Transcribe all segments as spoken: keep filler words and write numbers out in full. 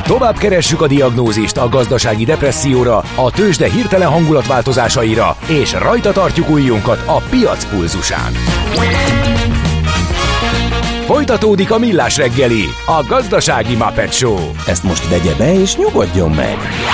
Tovább keressük a diagnózist a gazdasági depresszióra, a tőzsde hirtelen hangulatváltozásaira, és rajta tartjuk ujjunkat a piac pulzusán. Folytatódik a Millás reggeli, a gazdasági Muppet Show. Ezt most vegye be és nyugodjon meg!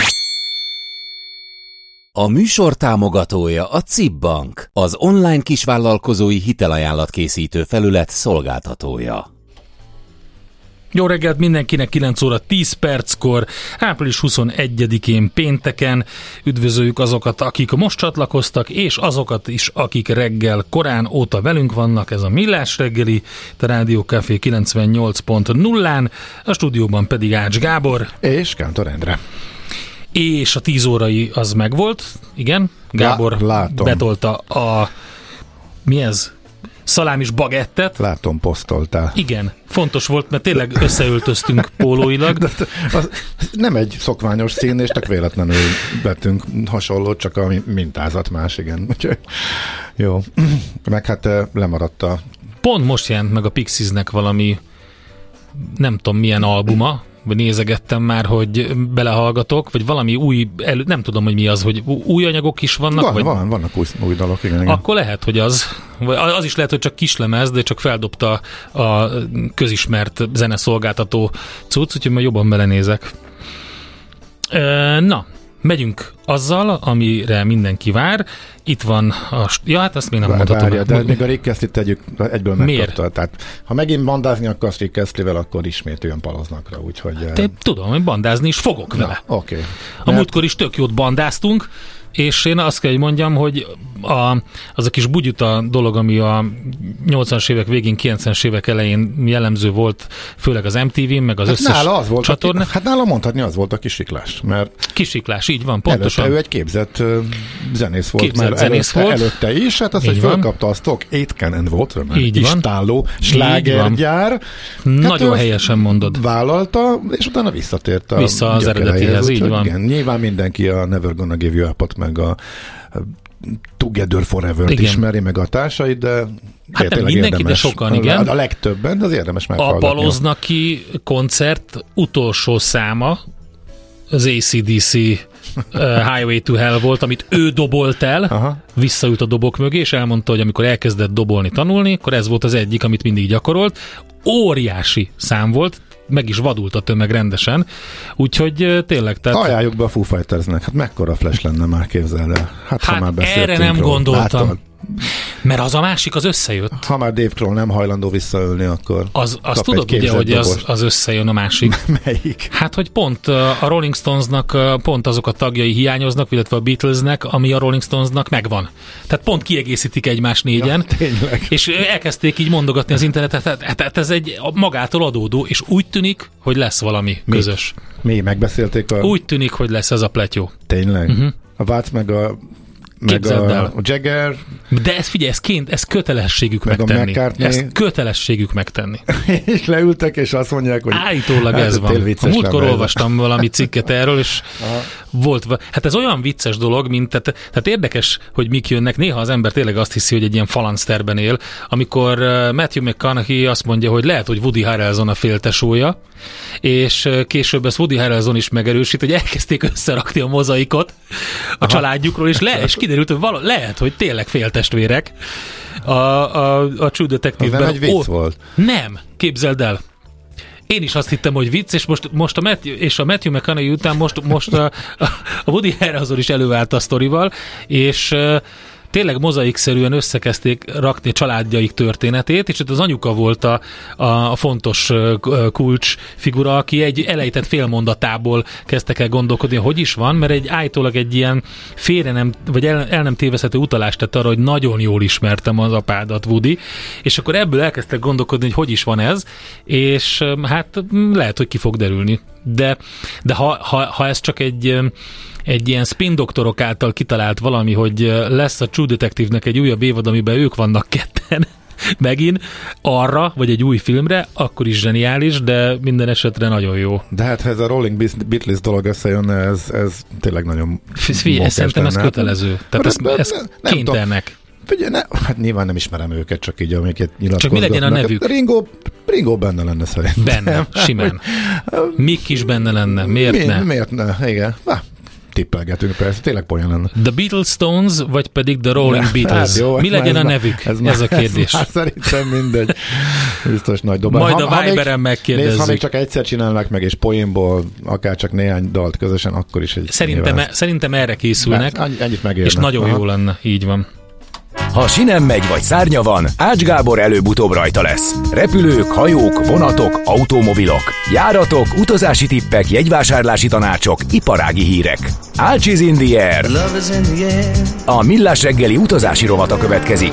A műsor támogatója a cé i bé Bank, az online kisvállalkozói hitelajánlatkészítő felület szolgáltatója. Jó reggelt mindenkinek, kilenc óra tíz perckor, április huszonegyedikén pénteken. Üdvözöljük azokat, akik most csatlakoztak, és azokat is, akik reggel korán óta velünk vannak. Ez a Millás reggeli, a Rádió Café kilencvennyolc pont nullán, a stúdióban pedig Ács Gábor. És Kántor Endre. És a tíz órai az megvolt, igen. Gábor Lá, betolta a... Mi ez? Szalámis bagettet. Látom, posztoltál. Igen, fontos volt, mert tényleg összeöltöztünk pólóilag. De az nem egy szokványos szín, és tök véletlenül vettünk hasonlót, csak a mintázat más, igen. Jó. Meg hát lemaradt a... Pont most jelent meg a Pixiesnek valami, nem tudom milyen albuma, vagy nézegettem már, hogy belehallgatok, vagy valami új, elő, nem tudom, hogy mi az, hogy új anyagok is vannak. Van, vagy... van, vannak új, új dalok, igen, igen. Akkor lehet, hogy az, vagy az is lehet, hogy csak kislemez, de csak feldobta a közismert zeneszolgáltató cucc, úgyhogy majd jobban belenézek. Na, megyünk azzal, amire mindenki vár. Itt van a... Ja, hát ezt még nem mondhatom. Várja, de még a Rick Astley-t tegyük, egyből megkapta. Tehát, ha megint bandázni akarsz Rick Astley-vel, akkor ismét olyan palaznakra, úgyhogy... Te, tudom, hogy bandázni is fogok vele. Oké. Okay. A Mert... múltkor is tök jót bandáztunk, és én azt kell, hogy mondjam, hogy a, az a kis bugyuta dolog, ami a nyolcvanas évek végén, kilencvenes évek elején jellemző volt, főleg az em té vén, meg az hát összes nála az volt csatorna. A, hát nála mondhatni az volt a kisiklás, mert... Kisiklás, így van, pontosan. Előtte ő egy képzett uh, zenész volt, képzett mert zenész előtte, volt. előtte is, hát azt, így hogy van. fölkapta a Stock Aitken and Waterman így istálló slágergyár. Nagyon hát helyesen mondod. Vállalta, és utána visszatért a Vissza az eredetihez, így van. Igen, nyilván mindenki a Never Gonna Give You Up-ot, meg a Together Forever-t ismeri, meg a társait, de hát nem mindenki, érdemes, de sokan, igen. A legtöbben, de az érdemes meghallgatni. A Baloznaki koncert utolsó száma az á cé dé cé uh, Highway to Hell volt, amit ő dobolt el, aha. Visszaült a dobok mögé, és elmondta, hogy amikor elkezdett dobolni, tanulni, akkor ez volt az egyik, amit mindig gyakorolt. Óriási szám volt, meg is vadult a tömeg rendesen, úgyhogy tényleg... Tehát... Ajánljuk be a Foo Fightersnek, hát mekkora flash lenne már, képzeld el. Hát, hát ha már erre nem róla. gondoltam. Látod? Mert az a másik, az összejött. Ha már Dave Grohl nem hajlandó visszaölni, akkor az, azt tudod ugye, hogy az, az összejön a másik. Melyik? Hát, hogy pont a Rolling Stonesnak pont azok a tagjai hiányoznak, illetve a Beatlesnek, ami a Rolling Stonesnak megvan. Tehát pont kiegészítik egymást négyen. Ja, tényleg. És elkezdték így mondogatni az internetet, hát, hát ez egy magától adódó, és úgy tűnik, hogy lesz valami mi? közös. Mi? Megbeszélték a... Úgy tűnik, hogy lesz ez a pletyó. Tényleg? Uh-huh. A Watts meg a meg a, a Jagger. De ez figyelj, ez, ként, ez kötelességük meg megtenni. Ezt kötelességük megtenni. És leültek, és azt mondják, hogy... Állítólag hát ez van. A múltkor olvastam valami cikket erről, és aha. volt... Hát ez olyan vicces dolog, mint... Tehát, tehát érdekes, hogy mik jönnek. Néha az ember tényleg azt hiszi, hogy egy ilyen falanszterben él, amikor Matthew McConaughey azt mondja, hogy lehet, hogy Woody Harrelson a féltesója, és később ezt Woody Harrelson is megerősít, hogy elkezdték összerakni a mozaikot a aha. családjukról, és, le, és kiderült, hogy vala, lehet, hogy tényleg féltestvérek a, a, a True Detective-ben. Az nem egy vicc oh, volt. Nem, képzeld el. Én is azt hittem, hogy vicc, és most, most a Matthew, és a Matthew McConaughey után most, most a, a Woody Harrelson is előállt a sztorival, és tényleg mozaikszerűen összekezdték rakni családjaik történetét, és ott az anyuka volt a, a, a fontos kulcs figura, aki egy elejtett félmondatából kezdtek el gondolkodni, hogy is van, mert egy állítólag egy ilyen félre nem, vagy el, el nem tévezhető utalást tett arra, hogy nagyon jól ismertem az apádat, Woody, és akkor ebből elkezdtek gondolkodni, hogy hogy is van ez, és hát lehet, hogy ki fog derülni. De, de ha, ha, ha ez csak egy egy ilyen spin doktorok által kitalált valami, hogy lesz a True Detective-nek egy újabb évad, amiben ők vannak ketten megint arra, vagy egy új filmre, akkor is zseniális, de minden esetre nagyon jó. De hát ha ez a Rolling Beatles dolog összejönne, ez, ez tényleg nagyon Figyelj, szerintem ez kötelező. Tehát ez, ez kénytelenek. Ugye, ne, hát nyilván nem ismerem őket, csak így, amiket nyilatkozgatnak. Csak mi legyen a nevük? Ringo, Ringo benne lenne szerintem. Benne, simán. Mik is benne lenne, miért mi, ne? Miért ne, igen. Há, tippelgetünk persze, tényleg poén lenne. The Beatles Stones, vagy pedig The Rolling Beatles? Hát jó, mi legyen a nevük? Ez, ez a kérdés. Ez, ez szerintem mindegy. Biztos nagy dobál. Majd ha, a Viberen megkérdezzük. Nézd, ha még csak egyszer csinálnak meg, és poénból akár csak néhány dalt közösen, akkor is egy... Szerintem, e, szerintem erre készülnek. Hát, ennyit megérne. És nagyon Aha. jó lenne, így van. Ha sinem megy vagy szárnya van, Ács Gábor előbb-utóbb rajta lesz. Repülők, hajók, vonatok, automobilok, járatok, utazási tippek, jegyvásárlási tanácsok, iparági hírek. Ács is in the air. A Millás reggeli utazási rovata következik.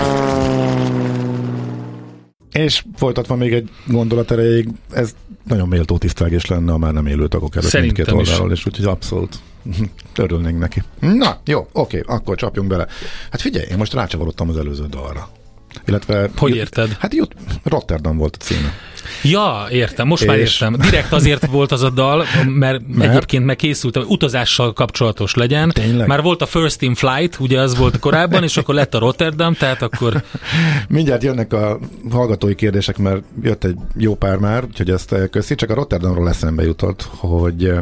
És folytatva még egy gondolat erejéig, ez nagyon méltó tisztelgés lenne, ha már nem élő tagok előtt mindkét oldalról, és úgyhogy abszolút örülnénk neki. Na, jó, oké, akkor csapjunk bele. Hát figyelj, én most rácsavarodtam az előző dalra. Illetve... Hogy érted? Hát jut, Rotterdam volt a címe. Ja, értem, most és... már értem. Direkt azért volt az a dal, mert, mert... egyébként meg készült, hogy utazással kapcsolatos legyen. Tényleg? Már volt a First in Flight, ugye az volt korábban, és akkor lett a Rotterdam, tehát akkor... Mindjárt jönnek a hallgatói kérdések, mert jött egy jó pár már, úgyhogy ezt köszi, csak a Rotterdamról eszembe jutott, hogy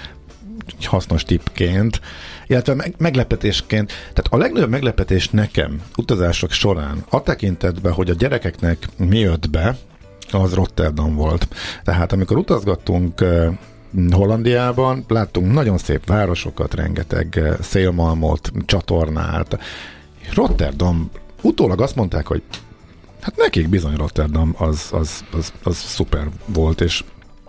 hasznos tippként, illetve meglepetésként, tehát a legnagyobb meglepetés nekem utazások során a tekintetben, hogy a gyerekeknek mi jött be, az Rotterdam volt. Tehát amikor utazgattunk Hollandiában, láttunk nagyon szép városokat, rengeteg szélmalmot, csatornát. Rotterdam, utólag azt mondták, hogy hát nekik bizony Rotterdam az, az, az, az szuper volt, és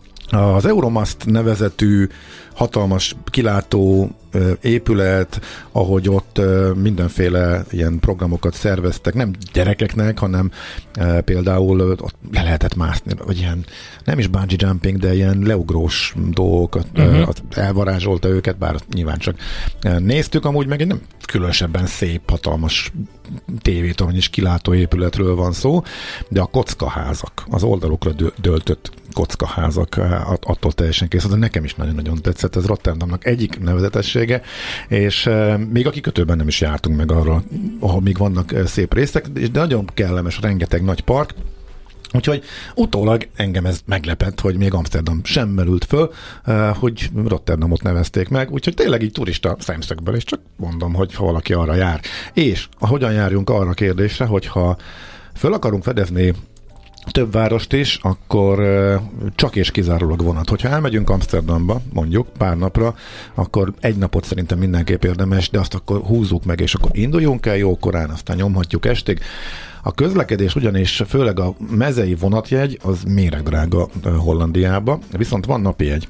az Euromast nevezetű hatalmas kilátó épület, ahogy ott mindenféle ilyen programokat szerveztek, nem gyerekeknek, hanem például ott le lehetett mászni, vagy ilyen, nem is bungee jumping, de ilyen leugrós dolgokat, uh-huh. elvarázsolta őket, bár nyilván csak néztük, amúgy meg egy nem különösebben szép, hatalmas tévétorony és kilátó épületről van szó, de a kockaházak, az oldalukra döltött kockaházak attól teljesen kész. De nekem is nagyon-nagyon tetszett, ez Rotterdamnak egyik nevezetessége, és e, még a kikötőben nem is jártunk meg arra, ahol még vannak szép részek, de nagyon kellemes, rengeteg nagy park, úgyhogy utólag engem ez meglepett, hogy még Amsterdam sem merült föl, hogy Rotterdamot nevezték meg, úgyhogy tényleg így turista szemszögből, és csak mondom, hogy ha valaki arra jár. És hogyan járjunk arra a kérdésre, hogyha föl akarunk fedezni több várost is, akkor csak és kizárólag vonat. Hogyha elmegyünk Amsterdamba, mondjuk pár napra, akkor egy napot szerintem mindenképp érdemes, de azt akkor húzzuk meg, és akkor induljunk el jókorán, aztán nyomhatjuk estig. A közlekedés ugyanis, főleg a mezei vonatjegy, az méregdrága Hollandiába, viszont van napi jegy.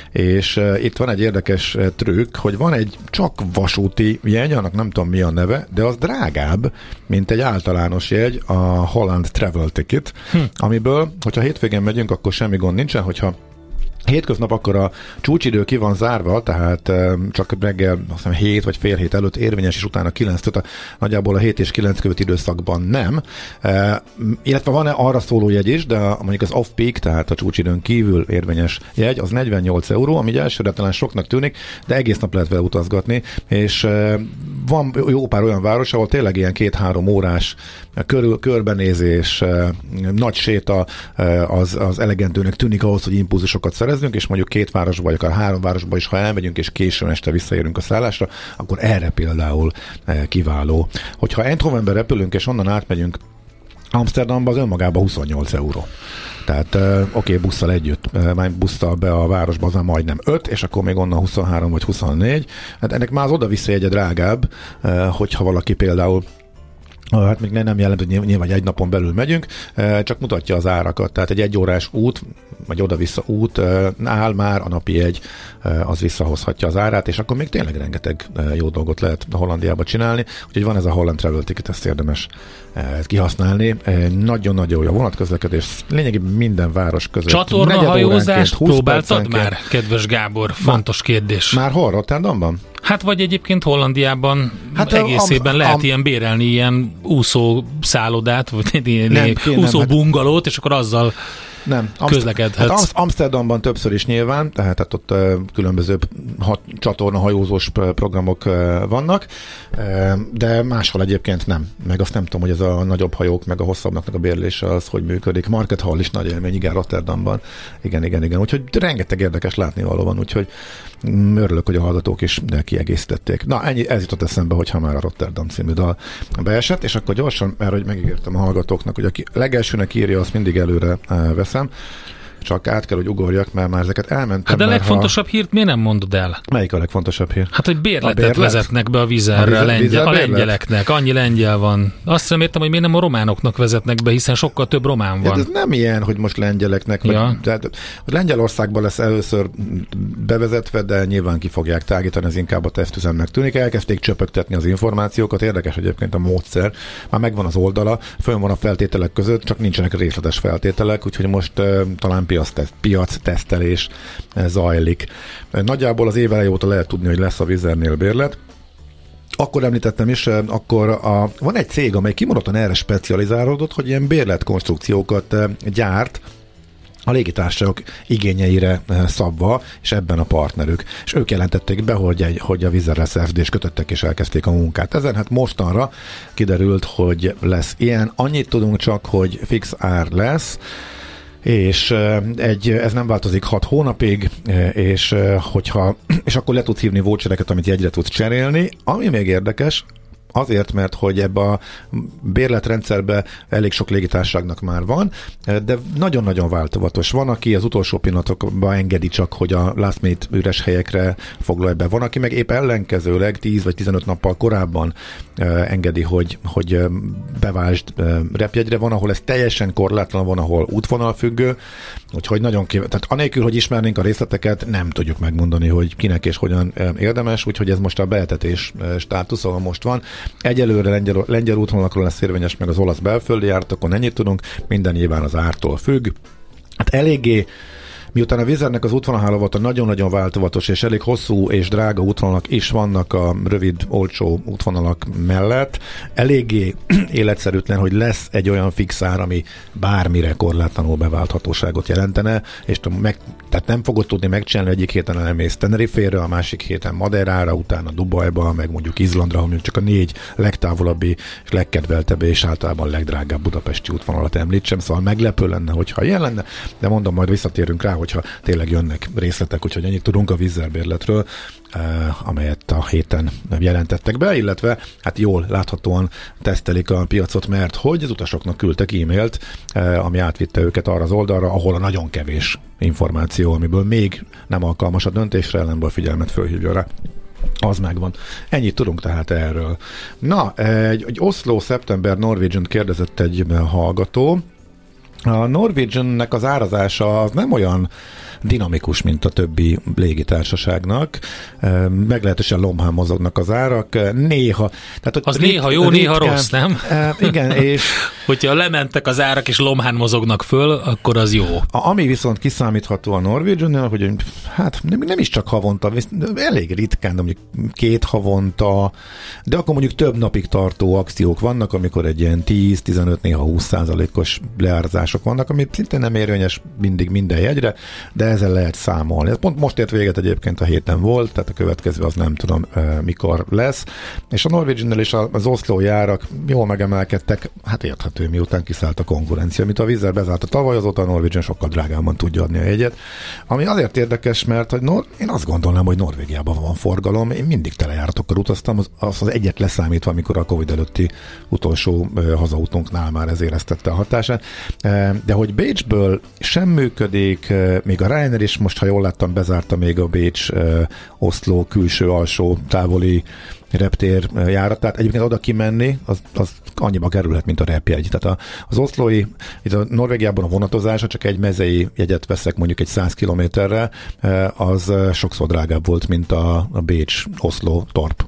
És uh, itt van egy érdekes uh, trükk, hogy van egy csak vasúti jegy, annak nem tudom mi a neve, de az drágább, mint egy általános jegy, a Holland Travel Ticket, hm. amiből, hogyha hétvégén megyünk, akkor semmi gond nincsen, hogyha hétköznap akkor a csúcsidő ki van zárva, tehát um, csak reggel azt hiszem hét vagy fél hét előtt érvényes, és utána kilenc, tehát nagyjából a hét és kilenc között időszakban nem. Uh, illetve van arra szóló jegy is, de a, mondjuk az off-peak, tehát a csúcsidőn kívül érvényes jegy, az negyvennyolc euró, ami elsőre talán soknak tűnik, de egész nap lehet vele utazgatni, és uh, van jó pár olyan város, ahol tényleg ilyen két-három órás körül, körbenézés, uh, nagy séta uh, az, az elegendőnek tűnik ahhoz, hogy impulzusokat szerezünk, és mondjuk két városba, vagy akár három városba is, ha elmegyünk, és későn este visszaérünk a szállásra, akkor erre például eh, kiváló. Hogyha Eindhovenbe repülünk, és onnan átmegyünk Amsterdamba, az önmagában huszonnyolc euró. Tehát uh, oké, okay, busszal együtt, uh, már busszal be a városba, az már majdnem öt, és akkor még onnan huszonhárom vagy huszonnégy. Hát ennek már az oda-vissza jegye drágább, uh, hogyha valaki például hát még nem jelent, hogy nyilván egy napon belül megyünk, csak mutatja az árakat. Tehát egy egyórás út, vagy oda-vissza út áll már, a napi jegy az visszahozhatja az árát, és akkor még tényleg rengeteg jó dolgot lehet a Hollandiába csinálni. Úgyhogy van ez a Holland Travel Ticket, ezt érdemes kihasználni. Nagyon-nagyon jó a vonatközlekedés, lényegében minden város között. Csatornahajózást próbáltad már, kedves Gábor? Fontos kérdés. Már hol? Rotterdamban? Hát vagy egyébként Hollandiában hát egészében a, a, lehet a, ilyen bérelni ilyen úszó szállodát, vagy ilyen úszó bungalót, és akkor azzal nem. közlekedhetsz. Hát Amsterdamban többször is nyilván, tehát hát ott uh, különböző hat, csatorna hajózós programok uh, vannak, uh, de máshol egyébként nem. Meg azt nem tudom, hogy ez a nagyobb hajók, meg a hosszabbnak a bérlése az, hogy működik. Market Hall is nagy élmény, igen, Rotterdamban. Igen, igen, igen. Úgyhogy rengeteg érdekes látnivaló van, úgyhogy örülök, hogy a hallgatók is kiegészítették. Na, ennyi, ez jutott eszembe, hogyha már a Rotterdam című dal beesett, és akkor gyorsan, mert hogy megígértem a hallgatóknak, hogy aki legelsőnek írja, azt mindig előre veszem. Csak át kell, hogy ugorjak, mert már ezeket elmentem. Hát de a legfontosabb ha... hírt miért nem mondod el? Melyik a legfontosabb hír? Hát, hogy bérletet bérlet? vezetnek be a vizerre, a, vize, a, lengyel, vize a lengyeleknek. Annyi lengyel van. Azt nem értem, hogy miért nem a románoknak vezetnek be, hiszen sokkal több román van. Ja, ez nem ilyen, hogy most lengyeleknek. Vagy, ja. tehát, Lengyelországban lesz először bevezetve, de nyilván ki fogják tágítani, ez inkább a tesztüzemnek tűnik. Elkezdték csöpögtetni az információkat. Érdekes egyébként a módszer. Már megvan az oldala, fönn van a feltételek között, csak nincsenek részletes feltételek, úgyhogy most uh, talán piac, piac tesztelés zajlik. Nagyjából az év eleje óta lehet tudni, hogy lesz a Vizernél bérlet. Akkor említettem is, akkor a, van egy cég, amely kimondottan erre specializálódott, hogy ilyen bérletkonstrukciókat gyárt a légitársaságok igényeire szabva, és ebben a partnerük. És ők jelentették be, hogy, egy, hogy a Vizerrel szerződést kötöttek, és elkezdték a munkát. Ezen hát mostanra kiderült, hogy lesz ilyen. Annyit tudunk csak, hogy fix ár lesz, és egy, ez nem változik hat hónapig, és, hogyha, és akkor le tudsz hívni vouchereket, amit jegyre tudsz cserélni. Ami még érdekes, azért, mert hogy ebbe a bérletrendszerbe elég sok légitársaságnak már van, de nagyon-nagyon változatos. Van, aki az utolsó pillanatokban engedi csak, hogy a last minute üres helyekre foglalja be. Van, aki meg épp ellenkezőleg tíz vagy tizenöt nappal korábban uh, engedi, hogy, hogy uh, beváltsd uh, repjegyre. Van, ahol ez teljesen korlátlan, van, ahol útvonal függő, úgyhogy nagyon kív... Tehát anélkül, hogy ismernénk a részleteket, nem tudjuk megmondani, hogy kinek és hogyan uh, érdemes, úgyhogy ez most a beetetés uh, státusz, ahol most van. Egyelőre lengyel, lengyel útvonalakról lesz érvényes, meg az olasz belföldi járatokon ennyit tudunk, minden nyilván az ártól függ. Hát eléggé, miután a Vizernek az útvonalhálózata nagyon-nagyon változatos, és elég hosszú és drága útvonalak is vannak a rövid, olcsó útvonalak mellett, eléggé életszerűtlen, hogy lesz egy olyan fix ár, ami bármire korlátlanul beválthatóságot jelentene, és meg, tehát nem fogod tudni megcsinálni, egyik héten elmész Tenerife-re, a másik héten Madeirára, utána Dubajba, meg mondjuk Izlandra, ahol mondjuk csak a négy legtávolabbi és legkedveltebb és általában legdrágább budapesti útvonalat említsem, szóval meglepő lenne, hogyha ilyen lenne, de mondom, majd visszatérünk rá, hogyha tényleg jönnek részletek, úgyhogy ennyit tudunk a Wizz bérletről, eh, amelyet a héten jelentettek be, illetve hát jól láthatóan tesztelik a piacot, mert hogy az utasoknak küldtek e-mailt, eh, ami átvitte őket arra az oldalra, ahol a nagyon kevés információ, amiből még nem alkalmas a döntésre, ellenből figyelmet fölhívja rá. Az megvan. Ennyit tudunk tehát erről. Na, egy, egy Oslo szeptember Norwegian kérdezett egy hallgató. A Norwegiannek az árazása az nem olyan dinamikus, mint a többi légitársaságnak. Meglehetősen lomhán mozognak az árak. Néha. Tehát, az rit- néha jó, ritkán, néha rossz, nem? E, igen, és... hogyha lementek az árak és lomhán mozognak föl, akkor az jó. A, ami viszont kiszámítható a Norwegian-nál, hogy hát nem, nem is csak havonta, elég ritkán, de mondjuk két havonta, de akkor mondjuk több napig tartó akciók vannak, amikor egy ilyen tíz, tizenöt, néha húsz százalékos leárazások vannak, ami szintén nem érvényes mindig minden jegyre, de ezzel lehet számolni. Ez pont most ért véget egyébként, a héten volt, tehát a következő az nem tudom e, mikor lesz. És a Norwegian-nel és az Oslo járak jól megemelkedtek, hát érthető, miután kiszállt a konkurencia. Mint a Wizz bezárt a tavaly, azóta a Norwegian sokkal drágában tudja adni a jegyet. Ami azért érdekes, mert hogy Nor- én azt gondolnám, hogy Norvégiában van forgalom. Én mindig telejáratokkal utaztam, az, az, az egyet leszámítva, amikor a Covid előtti utolsó e, hazautunknál már ez éreztette a hatását. E, de hogy Bécsből sem működik, e, még a Ryanair is most, ha jól láttam, bezárta még a Bécs-Oszló külső alsó távoli reptér járatát. Egyébként oda kimenni, az, az annyiba kerülhet, mint a repjegy. Tehát az oszlói, itt a Norvégiában a vonatozása, csak egy mezei jegyet veszek mondjuk egy száz kilométerre, az sokszor drágább volt, mint a, a Bécs-Oszló-Torp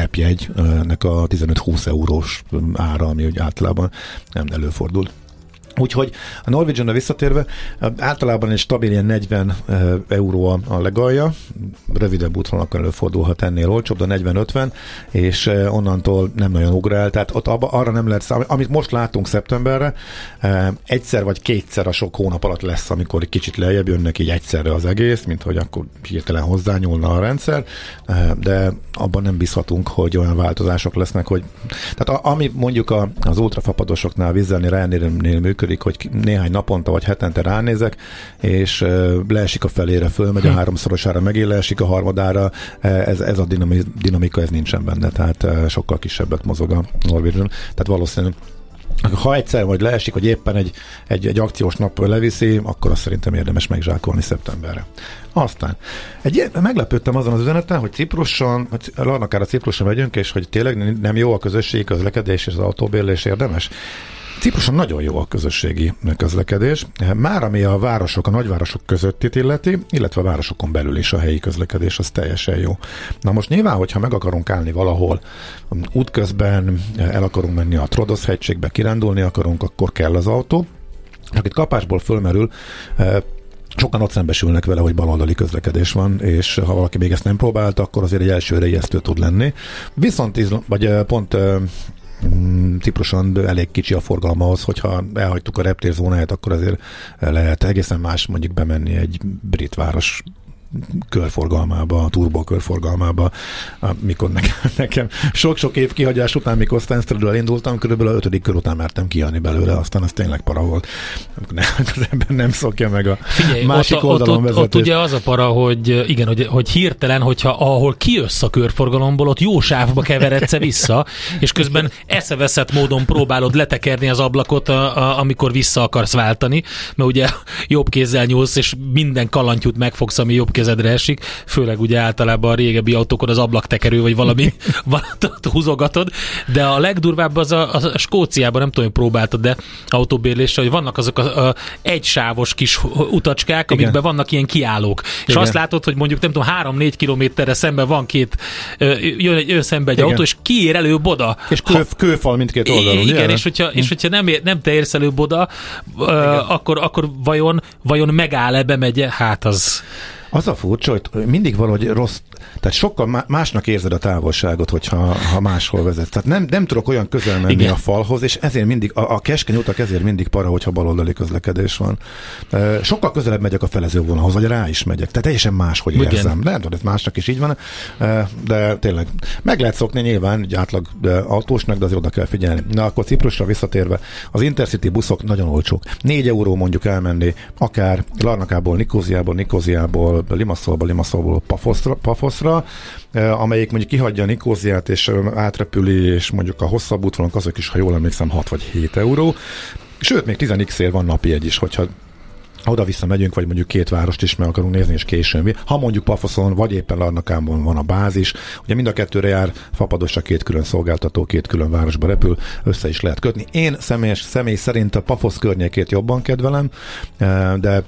repjegynek a tizenöt-húsz eurós ára, ami úgy általában nem előfordul. Úgyhogy a Norwegianra visszatérve, általában egy stabil ilyen negyven euró a, a legalja, rövidebb útvonalakon előfordulhat ennél olcsóbb, de negyven-ötven, és onnantól nem nagyon ugrál, tehát ott abba, arra nem lehet számolni. Amit most látunk szeptemberre, egyszer vagy kétszer a sok hónap alatt lesz, amikor egy kicsit lejjebb jönnek így egyszerre az egész, mint hogy akkor hirtelen hozzányúlna a rendszer, de abban nem bízhatunk, hogy olyan változások lesznek, hogy tehát a, ami mondjuk a, az ultrafapadosoknál, Wizz-nél, Ryanairnél működik, hogy néhány naponta vagy hetente ránézek, és leesik a felére, fölmegy a háromszorosára, megint leesik a harmadára, ez, ez a dinami, dinamika, ez nincsen benne, tehát sokkal kisebbet mozog a Norwegian, tehát valószínűleg ha egyszer vagy leesik, vagy éppen egy, egy, egy akciós nap leviszi, akkor azt szerintem érdemes megzsákolni szeptemberre. Aztán egy, meglepődtem azon az üzeneten, hogy Cipruson, akár a Ciprusra megyünk, és hogy tényleg nem jó a közösségi közlekedés és az autóbérlés érdemes. Cipruson nagyon jó a közösségi közlekedés, már ami a városok, a nagyvárosok közöttit illeti, illetve a városokon belül is a helyi közlekedés, az teljesen jó. Na most nyilván, hogyha meg akarunk állni valahol útközben, el akarunk menni a Troodos-hegységbe, kirándulni akarunk, akkor kell az autó. Akit kapásból fölmerül, sokan ott szembesülnek vele, hogy baloldali közlekedés van, és ha valaki még ezt nem próbálta, akkor azért egy elsőre ijesztő tud lenni. Viszont vagy pont Cipruson elég kicsi a forgalom ahhoz, hogyha elhagytuk a reptérzónáját, akkor azért lehet egészen más mondjuk bemenni egy brit város körforgalmába, a turbo körforgalmába, amikor nekem, nekem sok-sok év kihagyás után, mikor Stanstredről indultam, körülbelül a ötödik kör után mertem kijönni belőle, aztán ez tényleg para volt. Nem, ebben nem szokja meg a Figyelj, másik ott, oldalon vezetést. Ott ugye az a para, hogy igen, hogy, hogy hirtelen, hogyha ahol kijössz a körforgalomból, ott jó sávba keveredsz vissza, és közben eszeveszett módon próbálod letekerni az ablakot, a, a, amikor vissza akarsz váltani, mert ugye jobb kézzel nyúlsz, és minden kalantyút megfogsz, ami jobb kezedre esik, főleg ugye általában a régebbi autókon az ablaktekerő, vagy valami valamit húzogatod, de a legdurvább az a, a Skóciában, nem tudom, hogy próbáltad, de autóbérlésre, hogy vannak azok a, a egysávos kis utacskák, amikben Igen. vannak ilyen kiállók. Igen. És azt látod, hogy mondjuk nem tudom, három-négy kilométerre szemben van két, jön, jön szembe egy Igen. autó, és kiér előbb oda. És kő, kőfal mindkét oldalon. Igen, igen, és hogyha, és hogyha nem, ér, nem te érsz előbb oda, akkor, akkor vajon, vajon megáll-e, bemegy, hát az... Az a furcsa, hogy mindig valahogy rossz, tehát sokkal másnak érzed a távolságot, hogyha ha máshol vezetsz. Tehát nem, nem tudok olyan közel menni Igen. a falhoz, és ezért mindig, a, a keskeny utak ezért mindig para, hogyha baloldali közlekedés van. Sokkal közelebb megyek a felezővonalhoz, vagy rá is megyek. Tehát teljesen máshogy Igen. érzem. Nem tudom, ez másnak is így van, de tényleg meg lehet szokni nyilván egy átlag autósnak, de azért oda kell figyelni. Na akkor Ciprusra visszatérve, az Intercity buszok nagyon olcsók. négy euró mondjuk elmenni, akár Larnakából, Nikóziából, Nikóziából Limasszolba, Limasszolból Pafoszra, Pafoszra, amelyik mondjuk kihagyja a Nikóziát és átrepüli, és mondjuk a hosszabb útvonalak azok is, ha jól emlékszem, hat vagy hét euró. Sőt, még tíz x-ért van napi egy is, hogyha oda-vissza megyünk, vagy mondjuk két várost is meg akarunk nézni, és későn. Ha mondjuk Pafoszon, vagy éppen Larnakában van a bázis, ugye mind a kettőre jár Fapadosra két külön szolgáltató, két külön városba repül, össze is lehet kötni. Én személyes, személy szerint a Pafosz környékét jobban kedvelem, de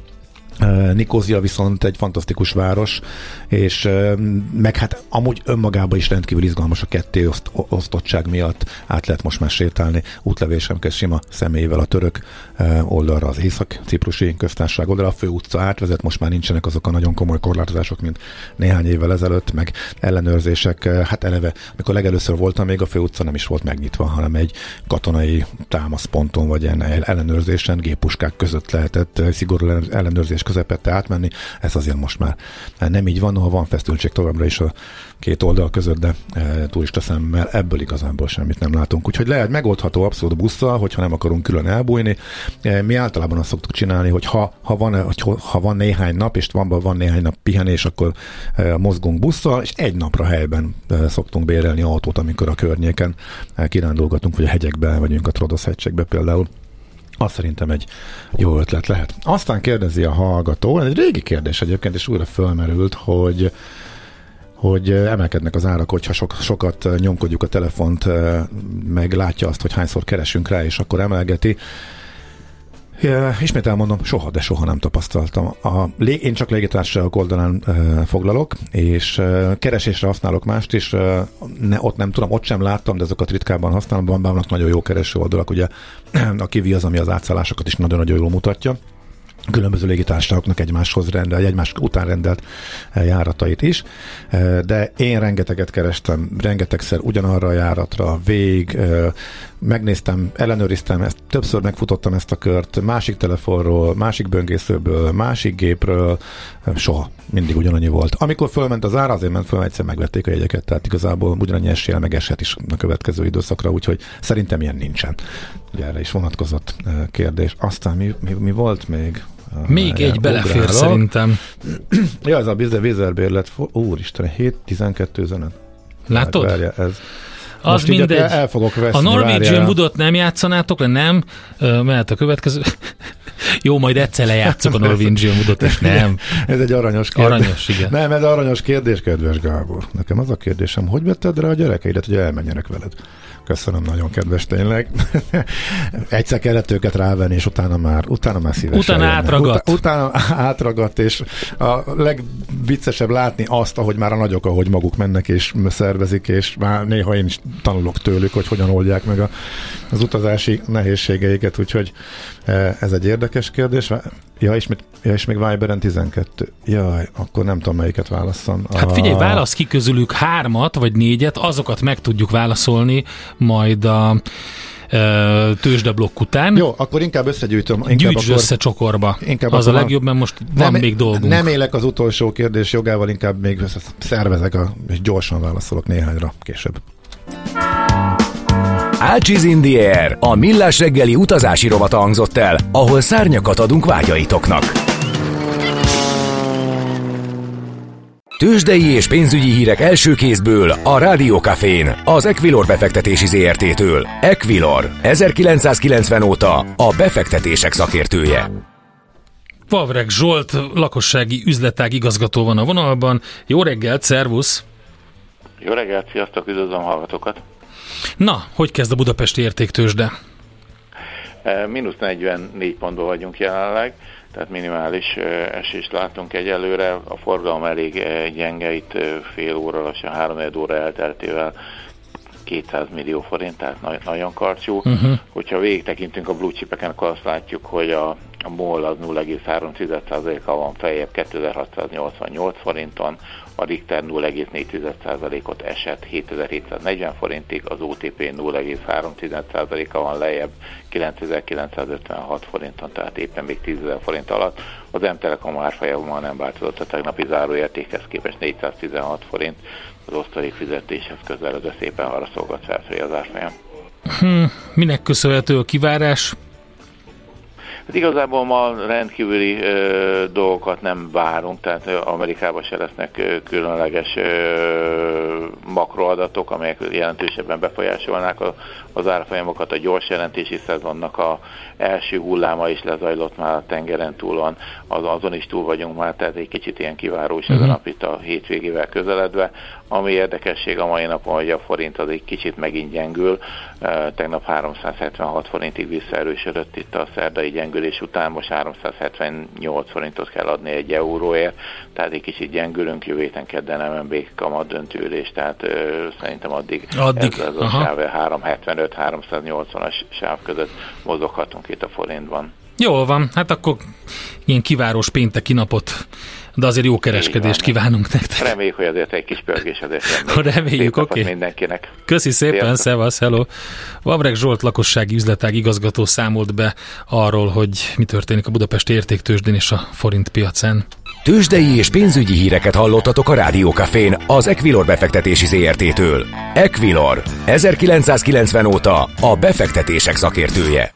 Nikózia viszont egy fantasztikus város, és meg hát amúgy önmagában is rendkívül izgalmas a ketté oszt, osztottság miatt, át lehet most már sétálni, útlevél sem kell, sima személyével a török oldalra, az észak-ciprusi köztársaság oldalra, a fő utca átvezet, most már nincsenek azok a nagyon komoly korlátozások, mint néhány évvel ezelőtt, meg ellenőrzések, hát eleve, amikor legelőször voltam, még a fő utca nem is volt megnyitva, hanem egy katonai támaszponton, vagy ilyen ellenőrzésen, géppuskák között lehetett szigorú ellenőrzés közepette átmenni, ez azért most már nem így van, ha van feszültség továbbra is a két oldal között, de e, turista szemmel ebből igazából semmit nem látunk. Úgyhogy lehet megoldható abszolút busszal, hogyha nem akarunk külön elbújni. E, mi általában azt szoktuk csinálni, hogy ha, ha, van, hogy ha van néhány nap, és van, van néhány nap pihenés, akkor e, mozgunk busszal, és egy napra helyben e, szoktunk bérelni autót, amikor a környéken e, kirándulgatunk, vagy a hegyekbe, vagyunk a Troodos-hegységbe például. Azt szerintem egy jó ötlet lehet. Aztán kérdezi a hallgató, ez egy régi kérdés egyébként, és újra fölmerült, hogy hogy emelkednek az árak, hogyha sok, sokat nyomkodjuk a telefont, meg látja azt, hogy hányszor keresünk rá, és akkor emelgeti. Ja, ismét elmondom, soha, de soha nem tapasztaltam. A lég, én csak légitársaságok oldalán e, foglalok, és e, keresésre használok mást is. E, ne, ott nem tudom, ott sem láttam, de azokat ritkában használom. Van vannak nagyon jó kereső oldalak, ugye a Kiwi az, ami az átszállásokat is nagyon-nagyon jól mutatja. Különböző légitársaságoknak egymáshoz rendel, egymás után rendelt járatait is, de én rengeteget kerestem, rengetegszer ugyanarra a járatra, végig, megnéztem, ellenőriztem, ezt, többször megfutottam ezt a kört, másik telefonról, másik böngészőből, másik gépről, soha, mindig ugyanannyi volt. Amikor fölment az ára, azért ment föl, egyszer megvették a jegyeket, tehát igazából ugyanannyi eséllyel meg eshet is a következő időszakra, úgyhogy szerintem ilyen nincsen. Ugye erre is vonatkozott kérdés. Aztán mi, mi, mi volt még? Még egy belefér ugrálok. Szerintem. Ja, ez a vízerbérlet, úristen, hét tizenkettő üzenet. Látod? Hát, várja, ez. Az most mindegy. El, el fogok veszni, a Norwegian Woodot nem játszanátok le, nem? Mert a következő... Jó, majd egyszer lejátszok a Norwegian Woodot, és nem. Ez egy aranyos kérdés. Aranyos, igen. Nem, ez aranyos kérdés, kedves Gábor. Nekem az a kérdésem, hogy vetted rá a gyerekeidet, hogy elmenjenek veled? Köszönöm, nagyon kedves tényleg. Egyszer kellett őket rávenni, és utána már, utána már szívesen. Utána jönnek. átragadt. Ut- utána átragadt, és a legviccesebb látni azt, ahogy már a nagyok, ahogy maguk mennek és szervezik, és már néha én is tanulok tőlük, hogy hogyan oldják meg a, az utazási nehézségeiket, úgyhogy ez egy érdekes kérdés. Ja, és, ja, és még Viberen tizenkettő. Jaj, akkor nem tudom, melyiket válasszam. Hát figyelj, válasz ki közülük hármat, vagy négyet, azokat meg tudjuk válaszolni majd a e, tőzsdeblokk után. Jó, akkor inkább összegyűjtöm. Inkább Gyűjtsd akkor, össze csokorba. Inkább az a legjobb, mert most van nem, még dolgunk. Nem élek az utolsó kérdés jogával, inkább még szervezek, a, és gyorsan válaszolok néhányra később. Ácsiz in the Air, a millás reggeli utazási rovata hangzott el, ahol szárnyakat adunk vágyaitoknak. Tőzsdei és pénzügyi hírek első kézből a Rádió Cafén, az Equilor befektetési zé er té-től. Equilor, ezerkilencszázkilencven óta a befektetések szakértője. Vavreg Zsolt, lakossági üzletág igazgató van a vonalban. Jó reggelt, szervusz! Jó reggelt, sziasztok, üdvözlöm hallgatókat! Na, hogy kezd a budapesti értéktőzsde? E, mínusz negyvennégy pontban vagyunk jelenleg, tehát minimális e, esést látunk egyelőre. A forgalom elég e, gyenge, itt e, fél óra, lassan három óra elteltével kétszáz millió forint, tehát na- nagyon karcsú. Uh-huh. Hogyha végig tekintünk a blue chipeken, akkor azt látjuk, hogy a, a MOL az nulla egész három százalékkal van feljebb kétezer-hatszáznyolcvannyolc forinton, a Richter nulla egész négy százalékot esett hétezer-hétszáznegyven forintig, az o té pé nulla egész három százalékkal van lejjebb kilencezer-kilencszázötvenhat forinton, tehát éppen még tízezer forint alatt. Az M-Telekom árfolyama nem változott a tegnapi záróértékhez képest négyszáztizenhat forint, az osztalék fizetéshez közeledve szépen arra szolgat felfelé az árfolyam. Hmm, minek köszönhető a kivárás? Hát igazából ma rendkívüli ö, dolgokat nem várunk, tehát ö, Amerikában se lesznek ö, különleges ö, makroadatok, amelyek jelentősebben befolyásolnák a, az árfolyamokat. A gyors jelentési szezonnak a első hulláma is lezajlott már a tengeren túlon, az, azon is túl vagyunk már, tehát egy kicsit ilyen kivárós uh-huh. ez a nap itt a hétvégével közeledve. Ami érdekesség a mai napon, hogy a forint az egy kicsit megint gyengül, uh, tegnap háromszázhetvenhat forintig visszaerősödött itt a szerdai gyengülés után, most háromszázhetvennyolc forintot kell adni egy euróért, tehát egy kicsit gyengülünk, jövő héten kedden em en bé kamat döntőülés, tehát uh, szerintem addig, addig ez, ez a sáv háromszázhetvenöt háromszáznyolcvanas sáv között mozoghatunk itt a forintban. Jól van, hát akkor ilyen kivárós pénteki napot, de azért jó kereskedést kívánunk nektek. Reméljük, hogy azért egy kis pörgés azért reméljük. Reméljük, oké. Okay. Mindenkinek. Köszi szépen, szevasz, hello. Vavreg Zsolt lakossági üzletág igazgató számolt be arról, hogy mi történik a budapesti értéktőzsdén és a forint piacán. Tőzsdei és pénzügyi híreket hallottatok a Rádió Cafén, az Equilor befektetési zé er té-től. Equilor, ezerkilencszázkilencven óta a befektetések szakértője.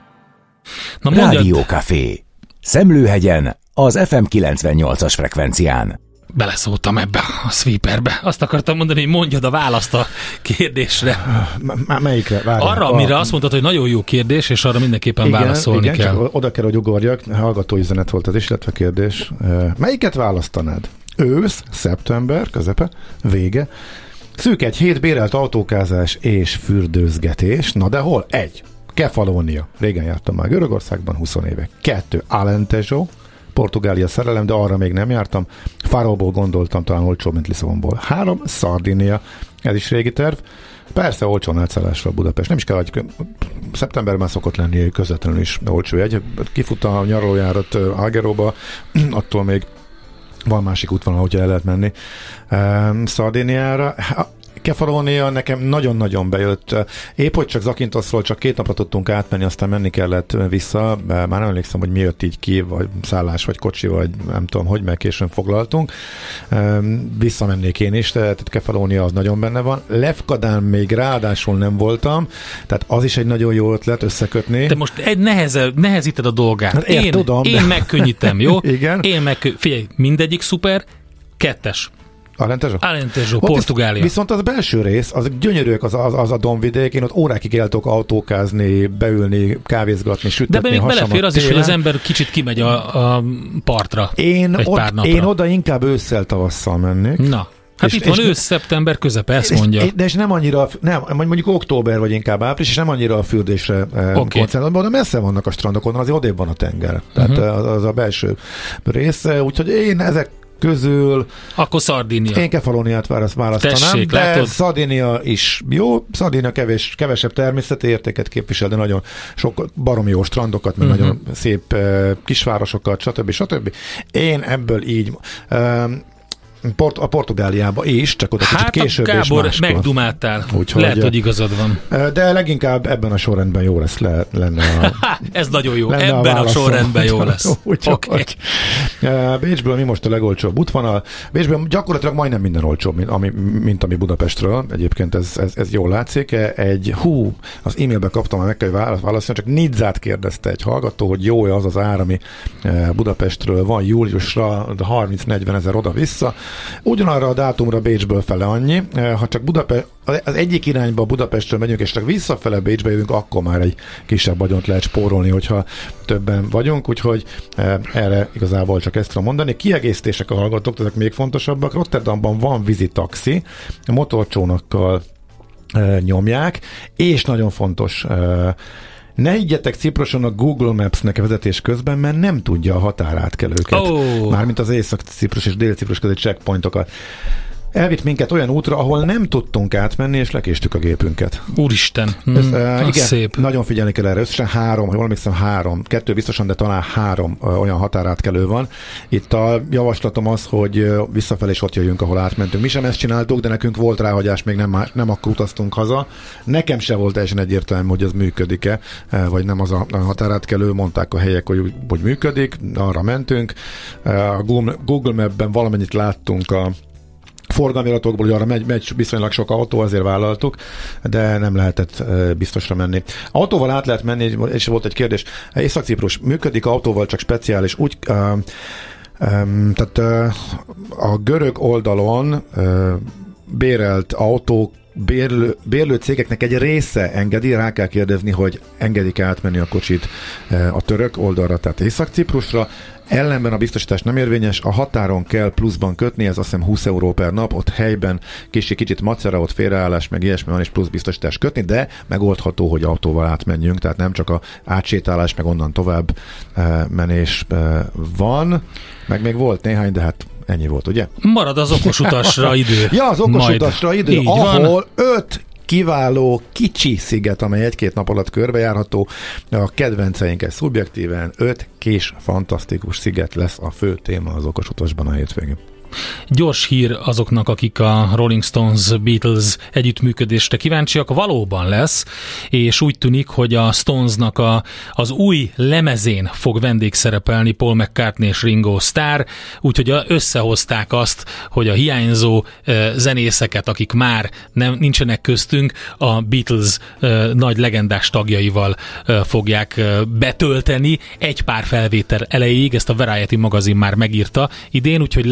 Na Rádió Café. Szemlőhegyen, az ef em kilencvennyolcas frekvencián. Beleszóltam ebbe a sweeperbe. Azt akartam mondani, hogy mondjad a választ a kérdésre. M- melyikre? Várjál. Arra, amire a... azt mondtad, hogy nagyon jó kérdés, és arra mindenképpen igen, válaszolni igen, kell. Csak oda kell, hogy ugorjak. Hallgató üzenet volt ez is, illetve kérdés. Melyiket választanád? Ősz, szeptember, közepe, vége. Szűk egy hét bérelt autókázás és fürdőzgetés. Na de hol? Egy. Kefalonia. Régen jártam már Görögországban, húsz éve. Kettő. Alentejo. Portugália szerelem, de arra még nem jártam. Faróból gondoltam, talán olcsóbb, mint Lisszabonból. Három. Szardinia. Ez is régi terv. Persze olcsón átszállásra Budapest. Nem is kell, hogy szeptemberben már szokott lenni közvetlenül is olcsó jegy. Kifut a nyaralójárat Algeróba, attól még van másik útvonal, hogyha el lehet menni Szardiniára. Kefalonia nekem nagyon-nagyon bejött. Épp hogy csak Zakintoszról csak két napra tudtunk átmenni, aztán menni kellett vissza. Már nem emlékszem, hogy mi jött így ki, vagy szállás, vagy kocsi, vagy nem tudom, hogy meg későn foglaltunk. Visszamennék én is, tehát Kefalonia az nagyon benne van. Lefkadán még ráadásul nem voltam, tehát az is egy nagyon jó ötlet összekötni. De most egy neheze, nehezíted a dolgát. Hát én, tudom, én de... megkönnyítem, jó? Igen. Én meg, figyelj, mindegyik szuper, kettes. Alentejo? Alentejo, Portugália. Viszont az belső rész, az gyönyörűek az, az, az a dombvidék, én ott órákig el tudok autókázni, beülni, kávézgatni, süttetni. De még belefér az télen is, hogy az ember kicsit kimegy a, a partra én egy ott, pár napra. Én oda inkább ősszel-tavasszal mennék. Na. Hát és, itt van ősz-szeptember közepe, ezt és, mondja. De és nem annyira, nem, mondjuk október vagy inkább április, és nem annyira a fürdésre okay. koncentrálom, de messze vannak a strandok, onnan azért odébb van a tenger. Tehát uh-huh. az, az a belső rész. Úgyhogy én ezek közül... Akkor Szardinia. Én Kefaloniát választanám, Tessék, de látod? Szardinia is jó. Szardinia kevés, kevesebb természeti értéket képvisel, de nagyon sok baromi jó strandokat, meg uh-huh. nagyon szép uh, kisvárosokat, stb. stb. Én ebből így... Um, Port, a Portugáliába is, csak oda hát kicsit később Gábor, és máskor. Hát megdumáltál. Úgyhogy, lehet, hogy igazad van. De leginkább ebben a sorrendben jó lesz le, lenne a... Ez nagyon jó. Ebben a, a sorrendben jó lesz. Oké. Okay. Bécsből mi most a legolcsóbb útvonal? Bécsből gyakorlatilag majdnem minden olcsóbb, mint ami, mint ami Budapestről. Egyébként ez, ez, ez jól látszik. Egy, hú, az e-mailbe kaptam, meg kell válaszolni, csak Nidzát kérdezte egy hallgató, hogy jó-e az az ár, ami Budapestről van júliusra, harminc-negyven ezer oda-vissza. Ugyanarra a dátumra Bécsből fele annyi. Ha csak Budapest, az egyik irányba Budapestről megyünk, és csak visszafele Bécsbe jövünk, akkor már egy kisebb vagyont lehet spórolni, hogyha többen vagyunk, úgyhogy erre igazából csak ezt tudom mondani. Kiegészítések a hallgatók, ezek még fontosabbak. Rotterdamban van vízi taxi, motorcsónakkal nyomják, és nagyon fontos, ne higgyetek Ciproson a Google Maps-nek vezetés közben, mert nem tudja a határátkelőket. Oh. Mármint az Észak-Ciprus és Dél-Ciprus közötti checkpointokat. Elvitt minket olyan útra, ahol nem tudtunk átmenni, és lekéstük a gépünket. Úristen, hmm, Ez, uh, igen, szép. Nagyon figyelni kell erre. Összesen három, ha jól emlékszem, három, kettő biztosan, de talán három uh, olyan határátkelő van. Itt a javaslatom az, hogy uh, visszafelé is ott jöjjünk, ahol átmentünk. Mi sem ezt csináltuk, de nekünk volt ráhagyás, még nem, nem akkor utaztunk haza. Nekem se volt teljesen egyértelmű, hogy ez működik-e, uh, vagy nem az a, a határátkelő. Mondták a helyek, hogy, hogy működik, arra mentünk. Uh, a Google, Google Map-ben valamennyit láttunk a forgalmi adatokból, hogy arra megy, megy viszonylag sok autó, azért vállaltuk, de nem lehetett uh, biztosra menni. Autóval át lehet menni, és volt egy kérdés. Észak-Ciprus működik autóval, csak speciális. Úgy, uh, um, tehát uh, a görög oldalon uh, bérelt autók Bérlő, bérlő cégeknek egy része engedi, rá kell kérdezni, hogy engedik átmenni a kocsit a török oldalra, tehát Észak-Ciprusra. Ellenben a biztosítás nem érvényes, a határon kell pluszban kötni, ez azt hiszem húsz euró per nap, ott helyben kicsi kicsit macera, ott félreállás, meg ilyesmi van, és plusz biztosítás kötni, de megoldható, hogy autóval átmenjünk, tehát nem csak a átsétálás, meg onnan tovább e, menés e, van, meg még volt néhány, de hát ennyi volt, ugye? Marad az okos utasra idő. Ja, az okos Majd. utasra idő, Így ahol van. öt kiváló kicsi sziget, amely egy-két nap alatt körbejárható. A kedvenceinkkel szubjektíven öt kis fantasztikus sziget lesz a fő téma az okos utasban a hétvégén. Gyors hír azoknak, akik a Rolling Stones Beatles együttműködésre kíváncsiak, valóban lesz, és úgy tűnik, hogy a Stonesnak a, az új lemezén fog vendégszerepelni Paul McCartney és Ringo Starr, úgyhogy összehozták azt, hogy a hiányzó uh, zenészeket, akik már nem, nincsenek köztünk, a Beatles uh, nagy legendás tagjaival uh, fogják uh, betölteni egy pár felvétel elejéig, ezt a Variety magazin már megírta idén, úgyhogy lesz valami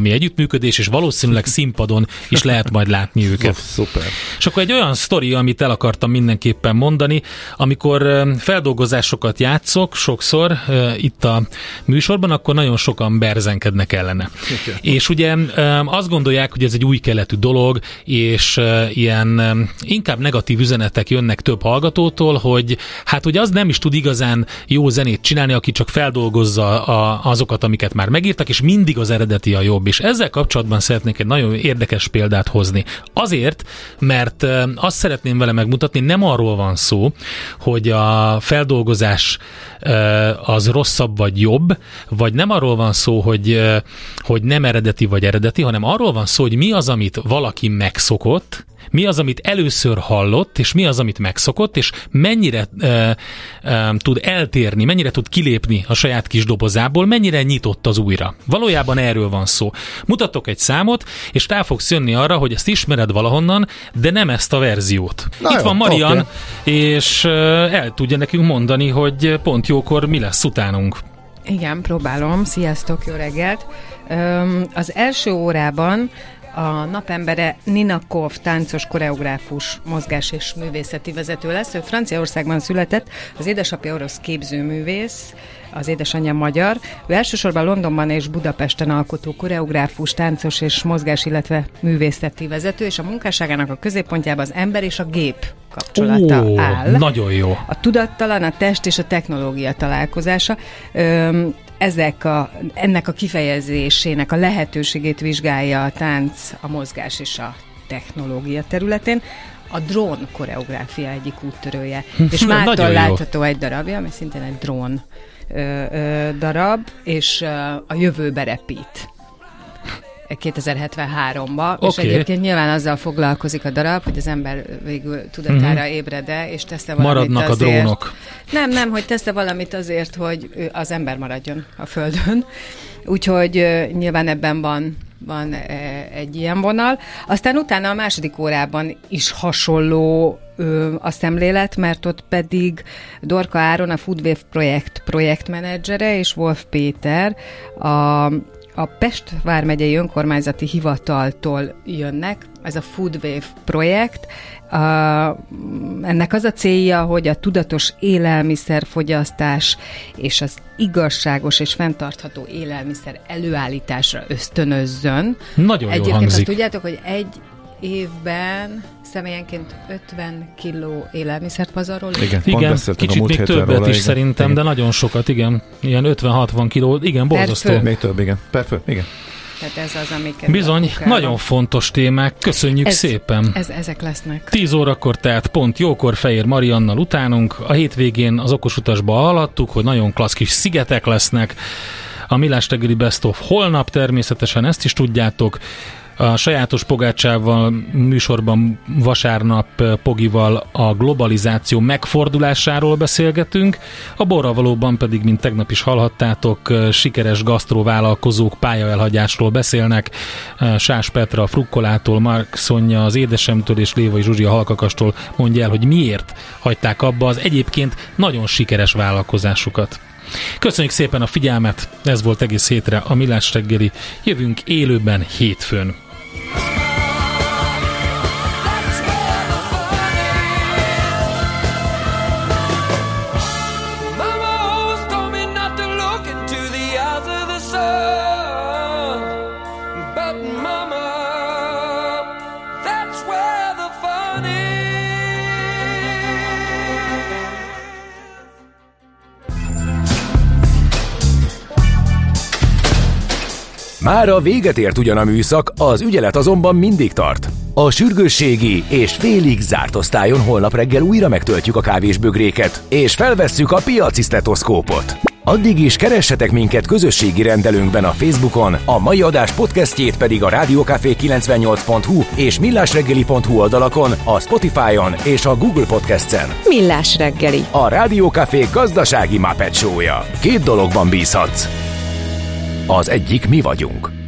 valami együttműködés, és valószínűleg színpadon is lehet majd látni őket. Szuper. És akkor egy olyan sztori, amit el akartam mindenképpen mondani, amikor feldolgozásokat játszok sokszor uh, itt a műsorban, akkor nagyon sokan berzenkednek ellene. Okay. És ugye um, azt gondolják, hogy ez egy új keletű dolog, és uh, ilyen um, inkább negatív üzenetek jönnek több hallgatótól, hogy hát ugye az nem is tud igazán jó zenét csinálni, aki csak feldolgozza a, azokat, amiket már megírtak, és mindig az eredeti a jobb. És ezzel kapcsolatban szeretnék egy nagyon érdekes példát hozni. Azért, mert uh, azt szeretném vele megmutatni, nem arról van szó, hogy a feldolgozás uh, az rosszabb vagy jobb, vagy nem arról van szó, hogy, uh, hogy nem eredeti vagy eredeti, hanem arról van szó, hogy mi az, amit valaki megszokott, mi az, amit először hallott, és mi az, amit megszokott, és mennyire e, e, tud eltérni, mennyire tud kilépni a saját kis dobozából, mennyire nyitott az újra. Valójában erről van szó. Mutatok egy számot, és rá fogsz jönni arra, hogy ezt ismered valahonnan, de nem ezt a verziót. Na Itt jó, van Marian, okay. és el tudja nekünk mondani, hogy pont jókor mi lesz utánunk. Igen, próbálom. Sziasztok, jó reggelt! Az első órában a napembere Nina Kov, táncos, koreográfus, mozgás és művészeti vezető lesz. Ő Franciaországban született, az édesapja orosz képzőművész, az édesanyja magyar. Ő elsősorban Londonban és Budapesten alkotó koreográfus, táncos és mozgás, illetve művészeti vezető, és a munkásságának a középpontjában az ember és a gép kapcsolata Ó, áll. Nagyon jó. A tudattalan, a test és a technológia találkozása. Öm, Ezek a, ennek a kifejezésének a lehetőségét vizsgálja a tánc, a mozgás és a technológia területén. A drón koreográfia egyik úttörője. És mától látható egy darabja, ami szintén egy drón ö, ö, darab, és ö, a jövőbe repít. kétezer-hetvenháromba, okay. És egyébként nyilván azzal foglalkozik a darab, hogy az ember végül tudatára uh-huh. ébred-e, és tesz-e valamit Maradnak azért. a drónok. Nem, nem, hogy tesz-e valamit azért, hogy az ember maradjon a Földön. Úgyhogy uh, nyilván ebben van, van uh, egy ilyen vonal. Aztán utána a második órában is hasonló uh, a szemlélet, mert ott pedig Dorka Áron, a Foodwave projekt projektmenedzsere, és Wolf Péter, a A Pest vármegyei önkormányzati hivataltól jönnek, ez a Foodwave projekt. A, ennek az a célja, hogy a tudatos élelmiszerfogyasztás és az igazságos és fenntartható élelmiszer előállításra ösztönözzön. Nagyon jól Egyébként hangzik. azt tudjátok, hogy egy évben személyenként ötven kiló élelmiszert pazarol. Igen, igen kicsit még többet róla, is igen. szerintem, igen. De nagyon sokat, igen. Ilyen ötven-hatvan kiló, igen, borzasztó. Még több, igen. Perfő, igen. Tehát ez az, amiket... Bizony, nagyon fontos témák. Köszönjük ez, szépen. Ez, ezek lesznek. tíz órakor, tehát pont jókor Fejér Mariannal utánunk. A hétvégén az Okos Utasba hallottuk, hogy nagyon klassz kis szigetek lesznek. A Millás reggeli Best of holnap, természetesen ezt is tudjátok. A sajátos Pogácsával műsorban vasárnap Pogival a globalizáció megfordulásáról beszélgetünk, a Borravalóban pedig, mint tegnap is hallhattátok, sikeres gasztrovállalkozók pályaelhagyásról beszélnek. Sás Petra a Frukkolától, Mark Szonya az Édesemtől és Lévai Zsuzsi a Halkakastól mondja el, hogy miért hagyták abba az egyébként nagyon sikeres vállalkozásukat. Köszönjük szépen a figyelmet, ez volt egész hétre a Millás reggeli. Jövünk élőben hétfőn. Mára véget ért ugyan a műszak, az ügyelet azonban mindig tart. A sürgősségi és félig zárt osztályon holnap reggel újra megtöltjük a kávésbögréket, és felvesszük a piaci sztetoszkópot. Addig is keressetek minket közösségi rendelőnkben a Facebookon, a mai adás podcastjét pedig a rádiókafé kilencvennyolc pont hu és millásreggeli pont hu oldalakon, a Spotify-on és a Google Podcast-en. Millás reggeli. A Rádiókafé gazdasági Muppet show-ja. Két dologban bízhatsz. Az egyik mi vagyunk.